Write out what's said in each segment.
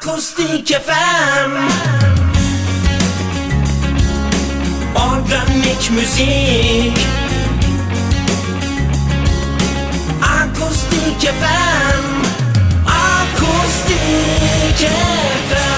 Akustik FM, organik müzik. Akustik FM, Akustik FM.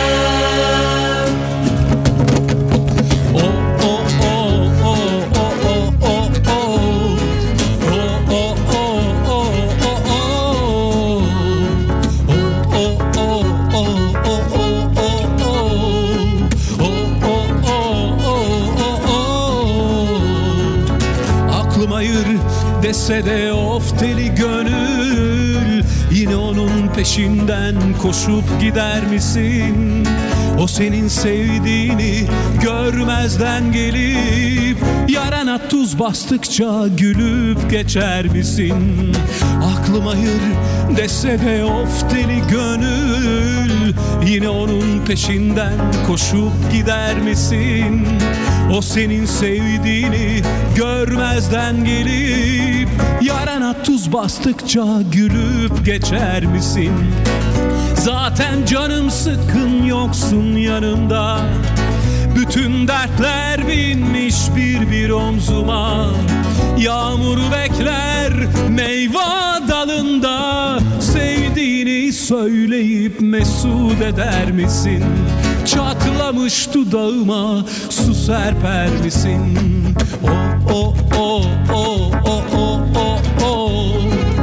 Dese de of deli gönül, yine onun peşinden koşup gider misin? O senin sevdiğini görmezden gelip yarana tuz bastıkça gülüp geçer misin? Aklım hayır dese de of deli gönül, yine onun peşinden koşup gider misin? O senin sevdiğini görmezden gelip yarana tuz bastıkça gülüp geçer misin? Zaten canım sıkkın, yoksun yanımda. Bütün dertler binmiş bir bir omzuma. Yağmur bekler meyve dalında. Sevdiğini söyleyip mesut eder misin? Çatlamış dudağıma su serper misin? Oh oh oh oh oh oh oh oh.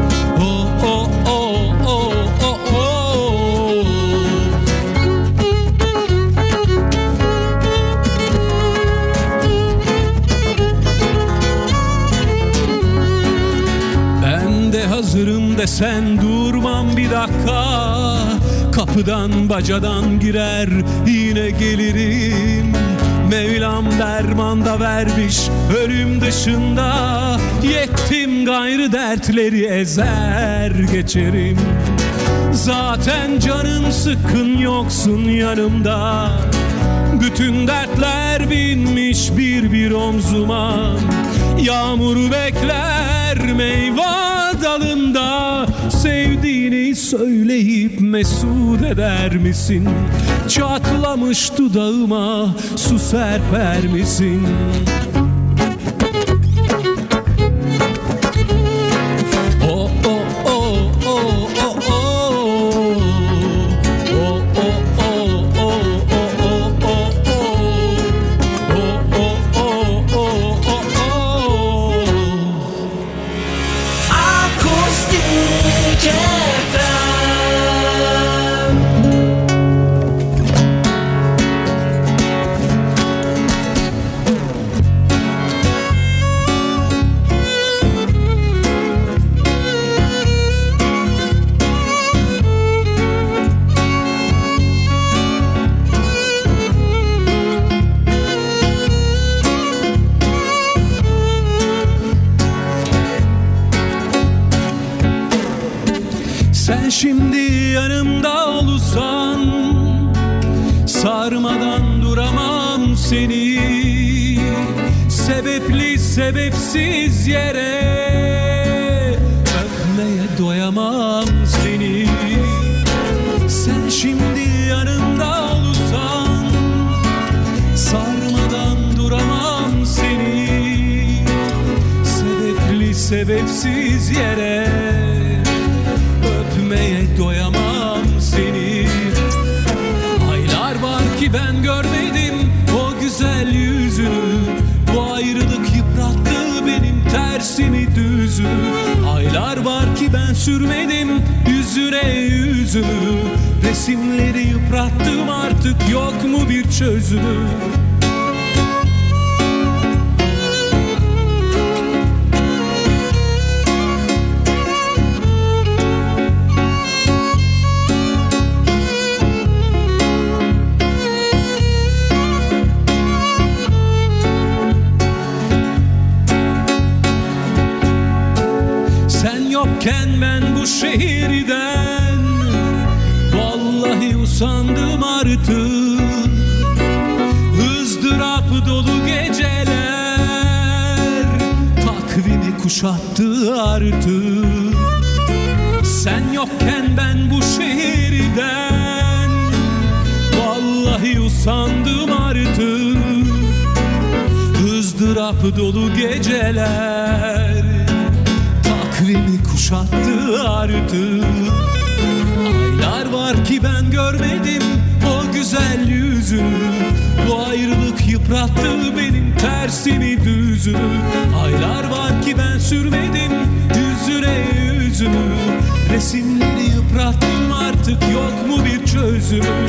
Hazırım desen durmam bir dakika. Kapıdan bacadan girer yine gelirim. Mevlam derman da vermiş ölüm dışında. Yettim gayrı dertleri ezer geçerim. Zaten canım sıkkın, yoksun yanımda. Bütün dertler binmiş bir bir omzuma. Yağmur bekler meyve dalında. Sevdiğini söyleyip mesut eder misin? Çatlamış dudağıma su serper misin? Oh oh oh oh oh oh. Sen şimdi yanımda olsan, sarmadan duramam seni. Sebepli sebepsiz yere öpmeye doyamam seni. Sen şimdi yanımda olsan, sarmadan duramam seni. Sebepli sebepsiz yere öpmeye doyamam seni. Aylar var ki ben görmedim o güzel yüzünü. Bu ayrılık yıprattı benim tersini düzü. Aylar var ki ben sürmedim yüzüne yüzümü. Resimleri yıprattım, artık yok mu bir çözümü? Yokken ben bu şehirden vallahi usandım artık. Izdırap dolu geceler takvimi kuşattı artık. Sen yokken ben bu şehirden sandım artık. Izdırap dolu geceler takvimi kuşattı artık. Aylar var ki ben görmedim o güzel yüzünü. Bu ayrılık yıprattı benim tersimi düzünü. Aylar var ki ben sürmedim yüzüne yüzümü. Resimleri yıprattım artık, yok mu bir çözümü?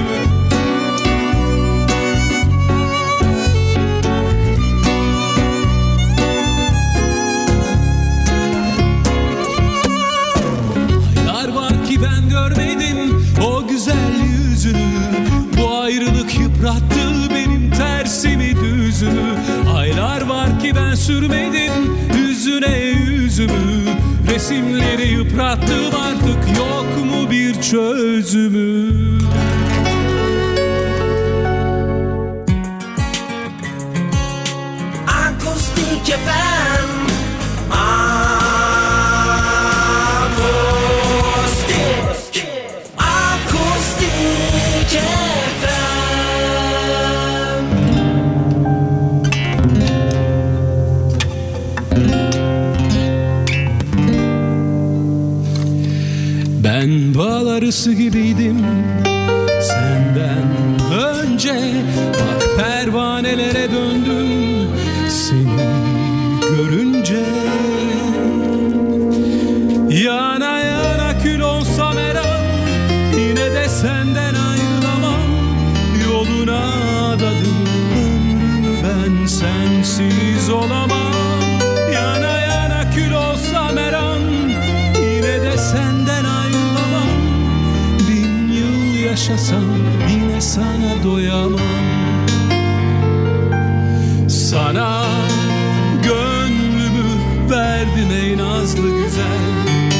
Aylar var ki ben görmedim o güzel yüzünü. Bu ayrılık yıprattı benim tersimi düzümü. Aylar var ki ben sürmedim yüzüne yüzümü. Resimleri yıprattım artık, yok mu bir çözümü? Akustik FM. Akustik FM. Ben bal arısı gibiydim senden önce. Bak pervanelere döndüm seni görünce. Yana yana kül olsam her an, yine de senden ayrılamam. Yoluna adadım ömrümü, ben sensiz olamam. Yana yana kül olsam her an, yine de senden ayrılamam. 1000 yıl yaşasam yine sana doyamam. Sana gönlümü verdim ey nazlı güzel.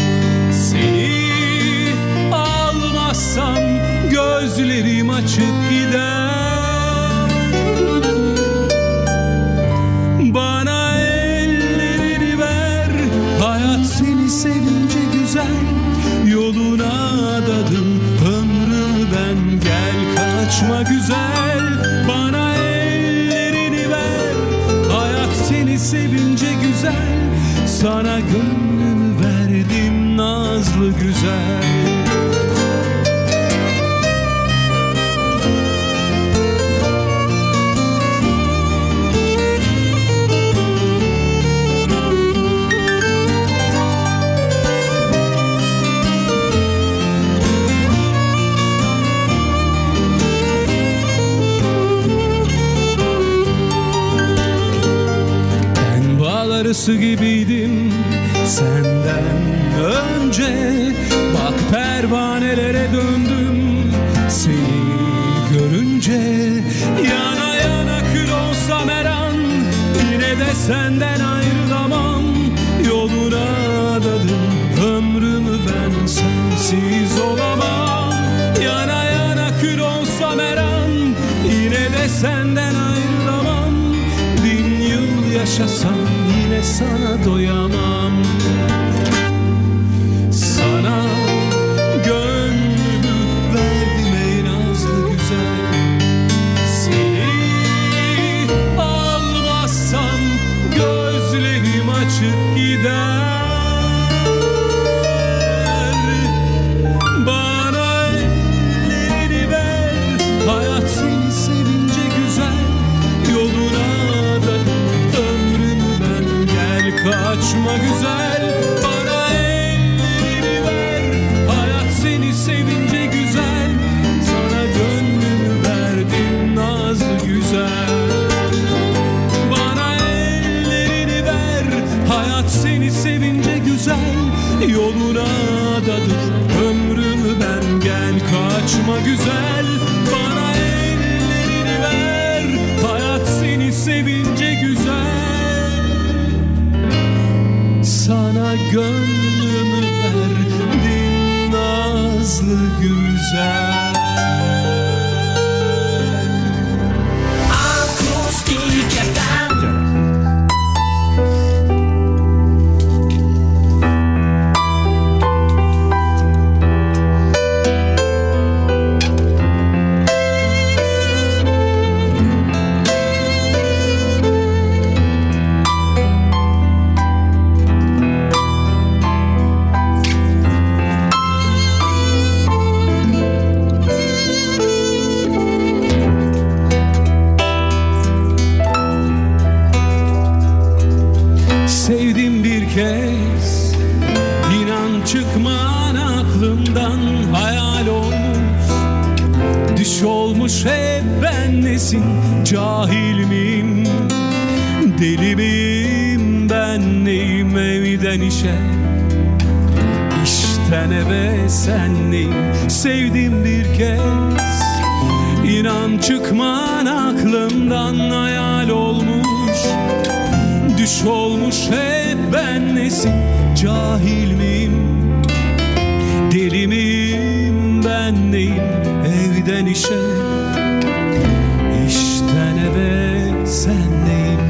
Seni almazsam gözlerim açık gider. Bana ellerini ver, hayat seni sevince güzel. Yoluna adadım ömrümü ben, gel kaçma güzel. Bana ellerini ver, hayat seni sevince güzel. Sana gönlümü verdim nazlı güzel. Arısı gibiydim senden önce. Bak pervanelere döndüm seni görünce. Yana yana kül olsam her an, yine de senden ayrılamam. Yoluna adadım ömrümü ben, sensiz olamam. Yana yana kül olsam her an, yine de senden ayrılamam. 1000 yıl yaşasam yine sana doyamam. Sana gönlümü verdim ey nazlı güzel. Seni almazsam gözlerim açık gider. Bana ellerini ver, hayat seni sevince güzel. Yoluna da ömrümü ben, gel kaçma güzel. Bana ellerini ver, hayat seni sevince güzel. Sana gönlümü verdim nazlı güzel. Bana ellerini ver, hayat seni sevince güzel. Yoluna da dur ömrümü ben, gel kaçma güzel. Bana ellerini ver, hayat seni sevince güzel. Sana gönlümü verdim nazlı güzel. Akustik FM. Düş olmuş hep ben nesin, cahil miyim, deli miyim, ben neyim, evden işe, işten eve, sen neyim, sevdim bir kez. İnan çıkman aklımdan, hayal olmuş, düş olmuş hep ben nesin, cahil miyim, deli miyim, ben neyim, evden işe, işten eve, sen neyim.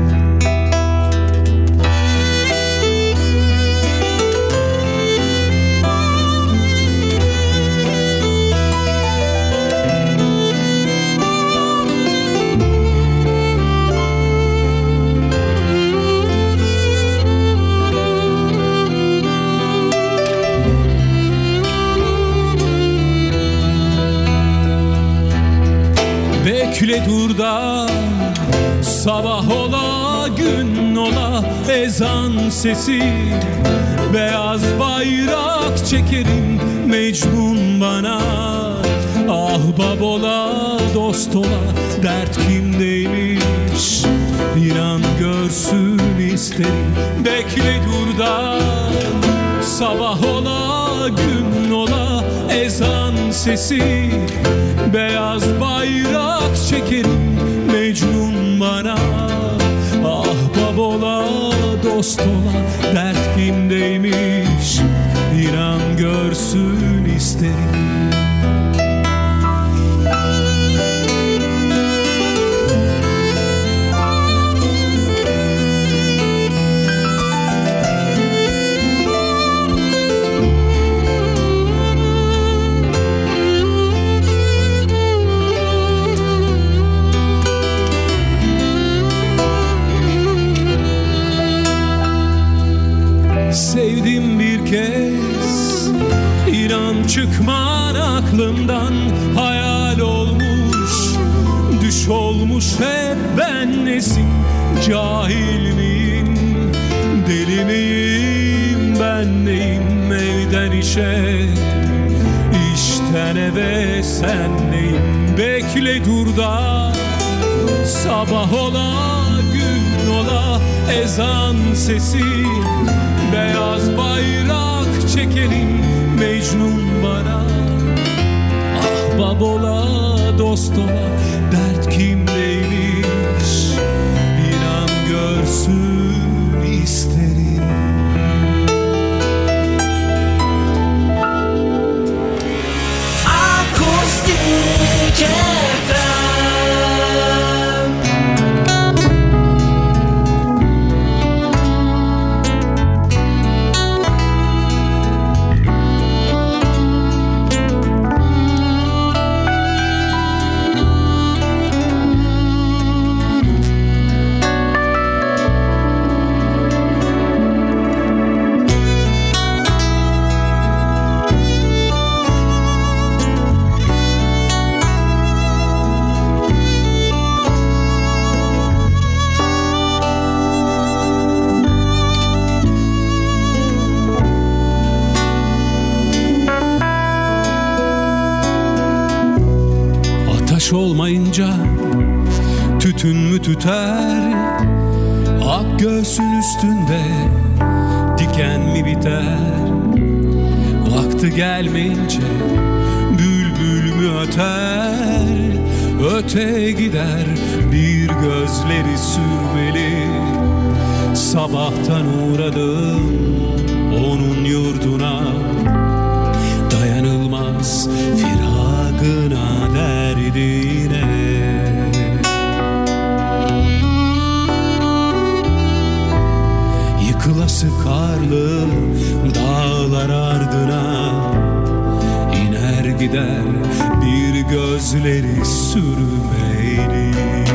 Bekle dur da sabah ola, gün ola, ezan sesi, beyaz bayrak çekerim Mecnun bana. Ahbap ola, dost ola, dert kimdeymiş, inan görsün isterim. Bekle dur da sabah ola, gün ola, ezan sesi, beyaz bayrak çekerim Mecnun bana. Ahbap ola, dost ola, dert kimdeymiş, inan görsün isterim. Sevdim bir kez, inan çıkman aklımdan, hayal olmuş, düş olmuş hep ben nesin, cahil miyim, deli miyim, ben neyim, evden işe, işten eve, sen neyim. Bekle dur da sabah ola, gün ola, ezan sesi, beyaz bayrak çekerim Mecnun bana. Ahbap ola, dost ola, dert kimdeymiş, inan görsün isterim. Akustik FM. Olmayınca tütün mü tüter, ak göğsün üstünde diken mi biter, vakti gelmeyince bülbül mü öter, öte gider bir gözleri sürmeli. Sabahtan uğradım onun yurduna, dayanılmaz firagına, derdine. Yıkılası karlı dağlar ardına, iner gider bir gözleri sürmeyli.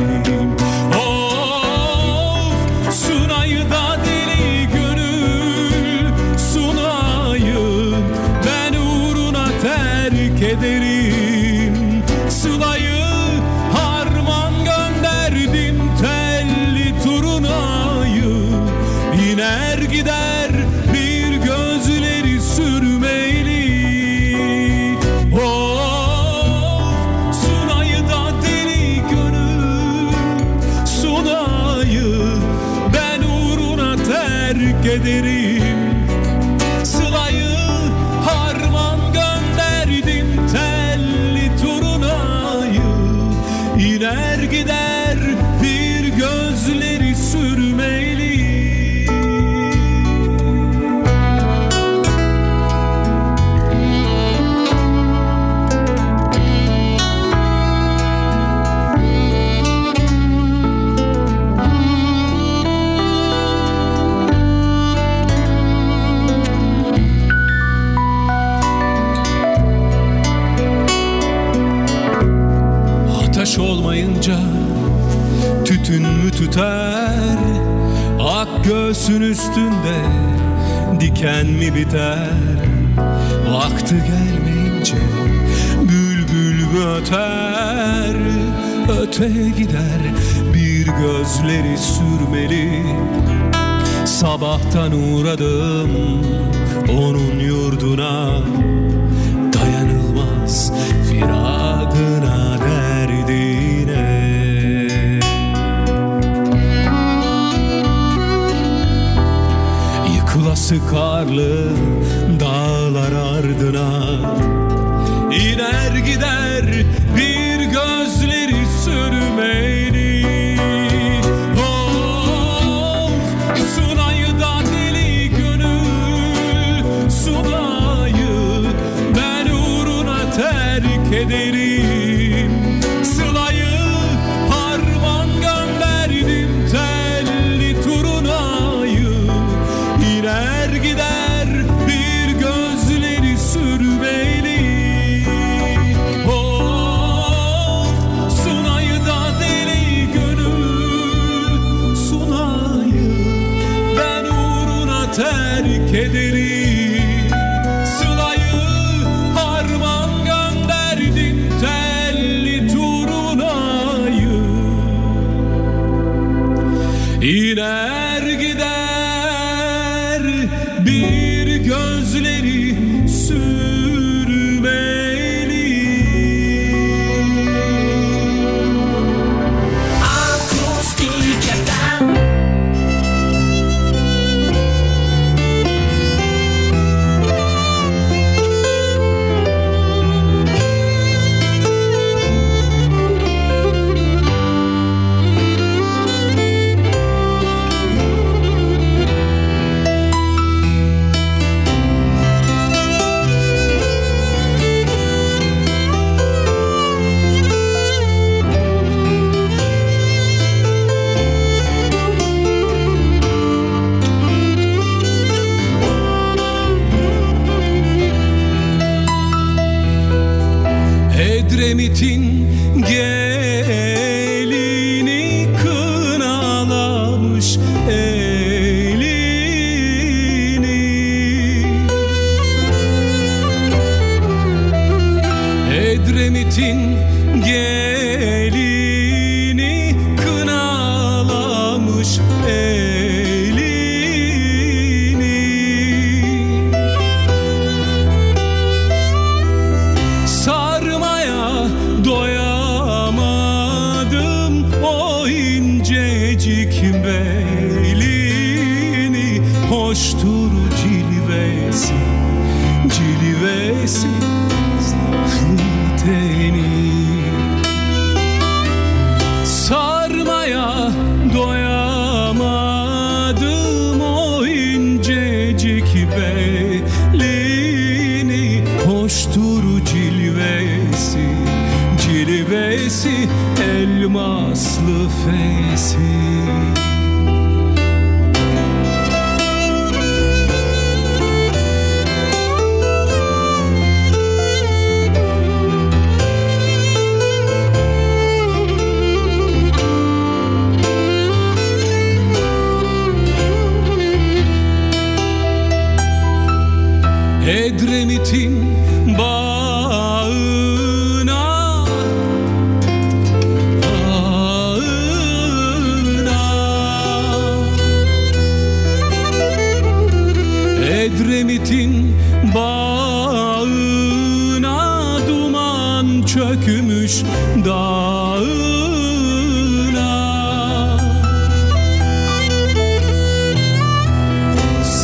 Of Sunay'ı da deli gönül, Sunay'ı ben uğruna terk ederim. Sıla'yı harman gönderdim, telli turunayı, iner gider bir gözleri sürmeyli. Oh ederim. Sılayı harman gönderdim, telli turunayı. İner gider bir gözleri sürmeli. Ateş olmayınca tütün mü tüter? Ak göğsün üstünde diken mi biter? Vakti gelmeyince bülbül mü öter? Öte gider bir gözleri sürmeli. Sabahtan uğradım onun yurduna, dayanılmaz firakına, derdine. Yıkılası karlı dağlar ardına, iner gider bir gözleri sürmeli. Of, Sunay'ı da deli gönül, Sunay'ı ben uğruna terk ederim. Sılayı harman gönderdim, telli turunayı. İner gider bir gözleri sürmeli. Oh, Sunay'ı da deli gönül, Sunay'ı ben uğruna terk ederim. Sılayı harman gönderdim, telli turunayı. İner gider bir gözleri sürmeli. Akustik FM. Edremit'in gelini kınalamış elini. Edremit'in gelini kınalamış elini. Sarmaya doyamadım o incecik belini. Hoştur cilvesi, cilvesi zahlı teni. Sarmaya doyamadım o incecik belini. Hoştur cilvesi, cilvesi elmaslı fesi. Edremit'in bağına, Edremit'in bağına, duman çökmüş dağına.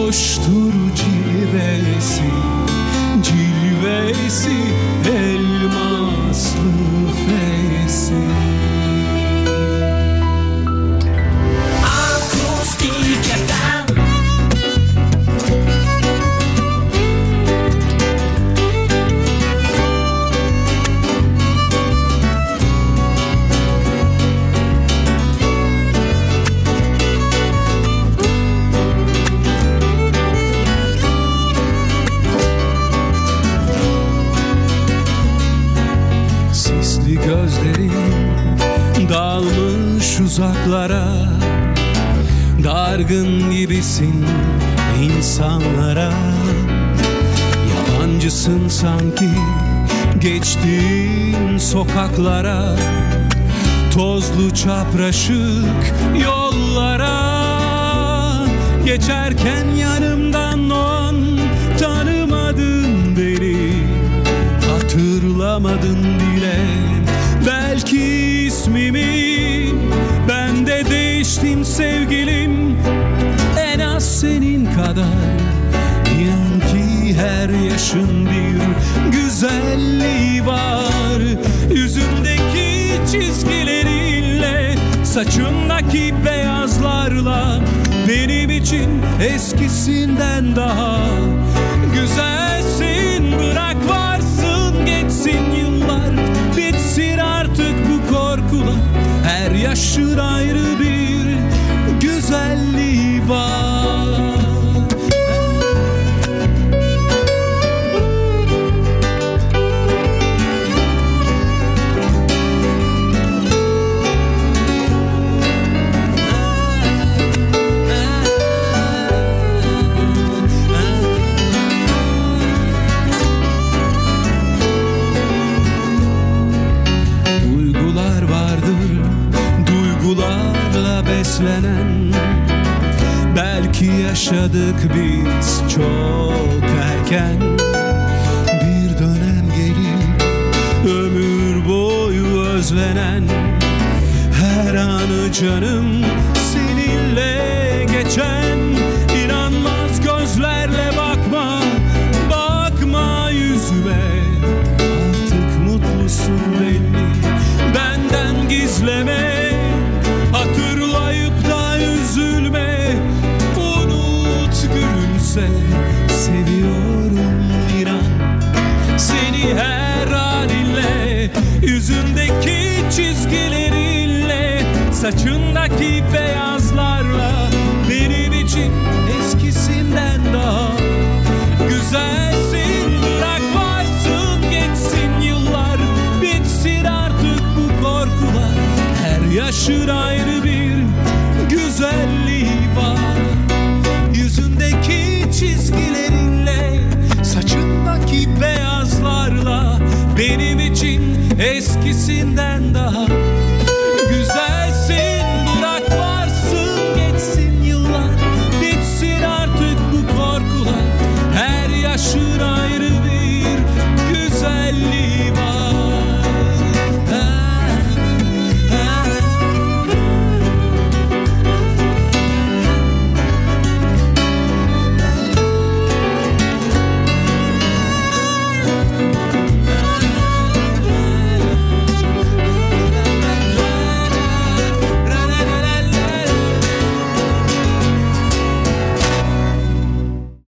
hoştur cilvesi, cilvesi elmaslı feysi. Akustik FM. Gözlerin dalmış uzaklara, dargın gibisin insanlara. Yabancısın sanki geçtiğin sokaklara, tozlu çapraşık yollara. Geçerken yanımdan o an tanımadın beni, hatırlamadın bile belki ismimi. Ben de değiştim sevgilim, en az senin kadar. İnan ki her yaşın bir güzelliği var. Yüzündeki çizgilerinle, saçındaki beyazlarla, benim için eskisinden daha güzelsin. Bırak varsın geçsin yıllar, bitsin artık bu korkular. Her yaşın ayrı bir güzelliği var. Duygularla beslenen, belki yaşadık biz çok erken. Bir dönem gelir ömür boyu özlenen, her anı canım seninle geçen. İnanmaz gözlerle bakma, bakma yüzüme, artık mutlusun belli, benden gizleme. Hatırlayıp da üzülme, unut gülümse, seviyorum inan seni her halinle. Yüzündeki çizgilerinle, saçındaki beyazlarla, benim için eskisinden daha güzelsin. Bırak varsın geçsin yıllar, bitsin artık bu korkular. Her yaşın ayrı bir güzelliği var. Yüzündeki çizgilerinle, saçındaki beyazlarla, benim için eskisinden